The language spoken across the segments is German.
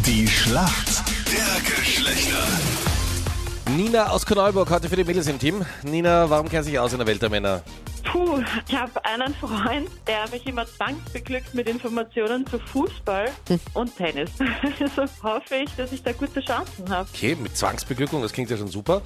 Die Schlacht der Geschlechter. Nina aus Korneuburg heute für die Mädels im Team. Nina, warum kennt sich aus in der Welt der Männer? Puh, ich habe einen Freund, der mich immer zwangsbeglückt mit Informationen zu Fußball und Tennis. Also hoffe ich, dass ich da gute Chancen habe. Okay, mit Zwangsbeglückung, das klingt ja schon super.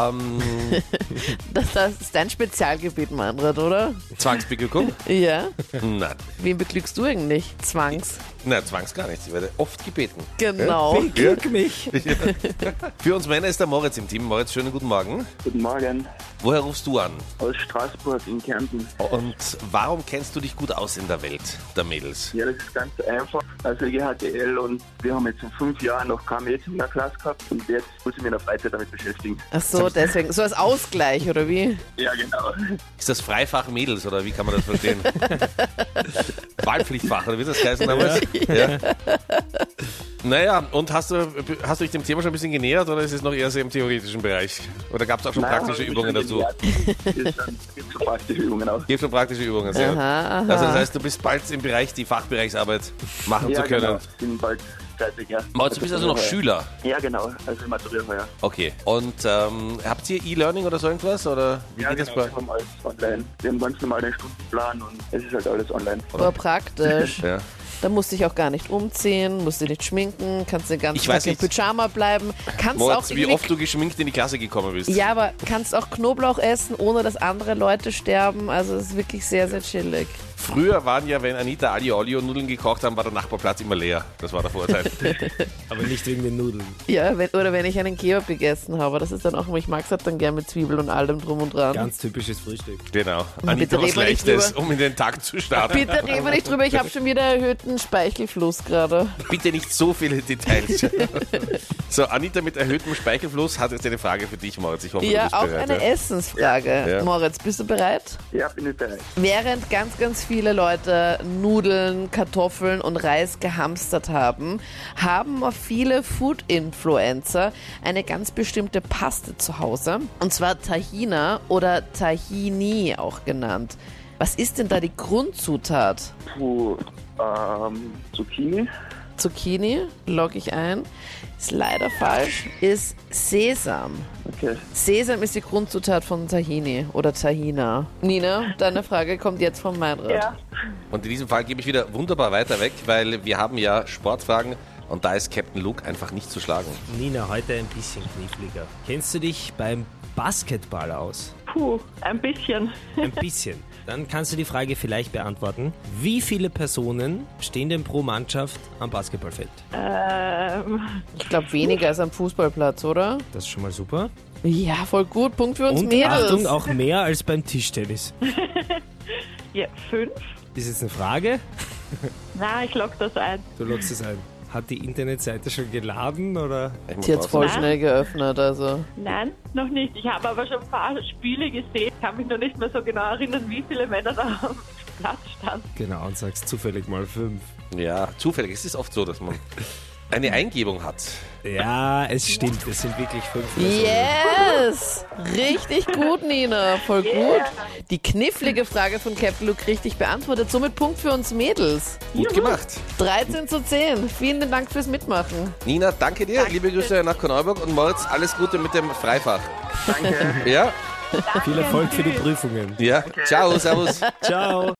Das ist dein Spezialgebiet, Manfred, oder? Zwangsbeglückung? Ja. Nein, Wen beglückst du eigentlich? Zwangs. nein, Zwangs gar nicht. Ich werde oft gebeten. Genau. Glück mich. Für uns Männer ist der Moritz im Team. Moritz, schönen guten Morgen. Guten Morgen, Woher rufst du an? aus Straßburg in Kärnten. Und warum kennst du dich gut aus in der Welt der Mädels? Ja, das ist ganz einfach. Also ich gehe HTL und wir haben jetzt in 5 Jahren noch kein Mädchen in der Klasse gehabt und jetzt muss ich mich in der Freizeit damit beschäftigen. Ach so, deswegen. So als Ausgleich, oder wie? Ja, genau. Ist das Freifach Mädels oder wie kann man das verstehen? Wahlpflichtfach oder wie ist das geheißen damals? Ja. Naja, und hast du dich dem Thema schon ein bisschen genähert oder ist es noch eher so im theoretischen Bereich? Oder gab es auch schon praktische Übungen dazu? Es gibt so praktische Übungen auch. Gibt schon praktische Übungen, sehr gut. Aha. Also das heißt, du bist bald im Bereich, die Fachbereichsarbeit machen Ja, zu können. genau. Bin bald fertig, ja. Moritz, du bist also noch Schüler. Ja, genau. Also ich maturiere heuer. Okay. Und habt ihr E-Learning oder so irgendwas? Oder wie Ja, geht genau. das Wir haben alles online. Wir haben ganz normal den Stundenplan und es ist halt alles online. Aber praktisch. Ja. Da musst du dich auch gar nicht umziehen, musst dich nicht schminken, kannst den ganzen Ich weiß Tag im nicht. Pyjama bleiben. Kannst Moritz, auch wie irgendwie- oft du geschminkt in die Klasse gekommen bist. Ja, aber kannst auch Knoblauch essen, ohne dass andere Leute sterben. Also es ist wirklich sehr, sehr chillig. Früher waren ja, wenn Anita Ali Olio Nudeln gekocht haben, war der Nachbarplatz immer leer. Das war der Vorteil. Aber nicht wegen den Nudeln. Ja, oder wenn ich einen Kebab gegessen habe. Das ist dann auch, ich mag es halt dann gern mit Zwiebel und allem drum und dran. Ganz typisches Frühstück. Genau. bitte Anita, was reden wir nicht Leichtes, drüber. um in den Tag zu starten. Bitte reden wir nicht drüber, ich habe schon wieder erhöhten Speichelfluss gerade. Bitte nicht so viele Details. So, Anita mit erhöhtem Speichelfluss hat jetzt eine Frage für dich, Moritz. Ich hoffe, Ja, du bist auch bereit. eine Essensfrage. Ja. Moritz, bist du bereit? Ja, bin ich bereit. Während ganz, ganz viele Leute Nudeln, Kartoffeln und Reis gehamstert haben, haben auch viele Food-Influencer eine ganz bestimmte Paste zu Hause. Und zwar Tahina oder Tahini auch genannt. Was ist denn da die Grundzutat? Puh, Zucchini. Zucchini, logge ich ein. Ist leider falsch. Ist Sesam. Okay. Sesam ist die Grundzutat von Tahini oder Tahina. Nina, deine Frage kommt jetzt von Meinrad. Ja. Und in diesem Fall gebe ich wieder wunderbar weiter weg, weil wir haben ja Sportfragen und da ist Captain Luke einfach nicht zu schlagen. Nina, heute ein bisschen kniffliger. Kennst du dich beim Basketball aus? Puh, ein bisschen. Ein bisschen. Dann kannst du die Frage vielleicht beantworten. Wie viele Personen stehen denn pro Mannschaft am Basketballfeld? Ich glaube weniger als am Fußballplatz, oder? Das ist schon mal super. Ja, voll gut. Punkt für uns Und Mädels. Achtung, auch mehr als beim Tischtennis. Ja, 5? Ist jetzt eine Frage? Na, ich lock das ein. Du loggst es ein. Hat die Internetseite schon geladen oder? Ich muss Die hat voll Nein. schnell geöffnet, also. Nein, noch nicht. Ich habe aber schon ein paar Spiele gesehen. Kann mich noch nicht mehr so genau erinnern, wie viele Männer da am Platz standen. Genau, und sagst zufällig mal 5. Ja, zufällig. Es ist oft so, dass man eine Eingebung hat. Ja, es stimmt. Es sind wirklich 5 Personen. Yes! Richtig gut, Nina. Voll gut. Die knifflige Frage von Captain Luke richtig beantwortet. Somit Punkt für uns Mädels. Gut gemacht. 13:10. Vielen Dank fürs Mitmachen. Nina, danke dir. Liebe Grüße nach Korneuburg und Moritz, alles Gute mit dem Freifach. Danke. Ja? Viel Erfolg für die Prüfungen. Ja. Ciao, servus. Ciao.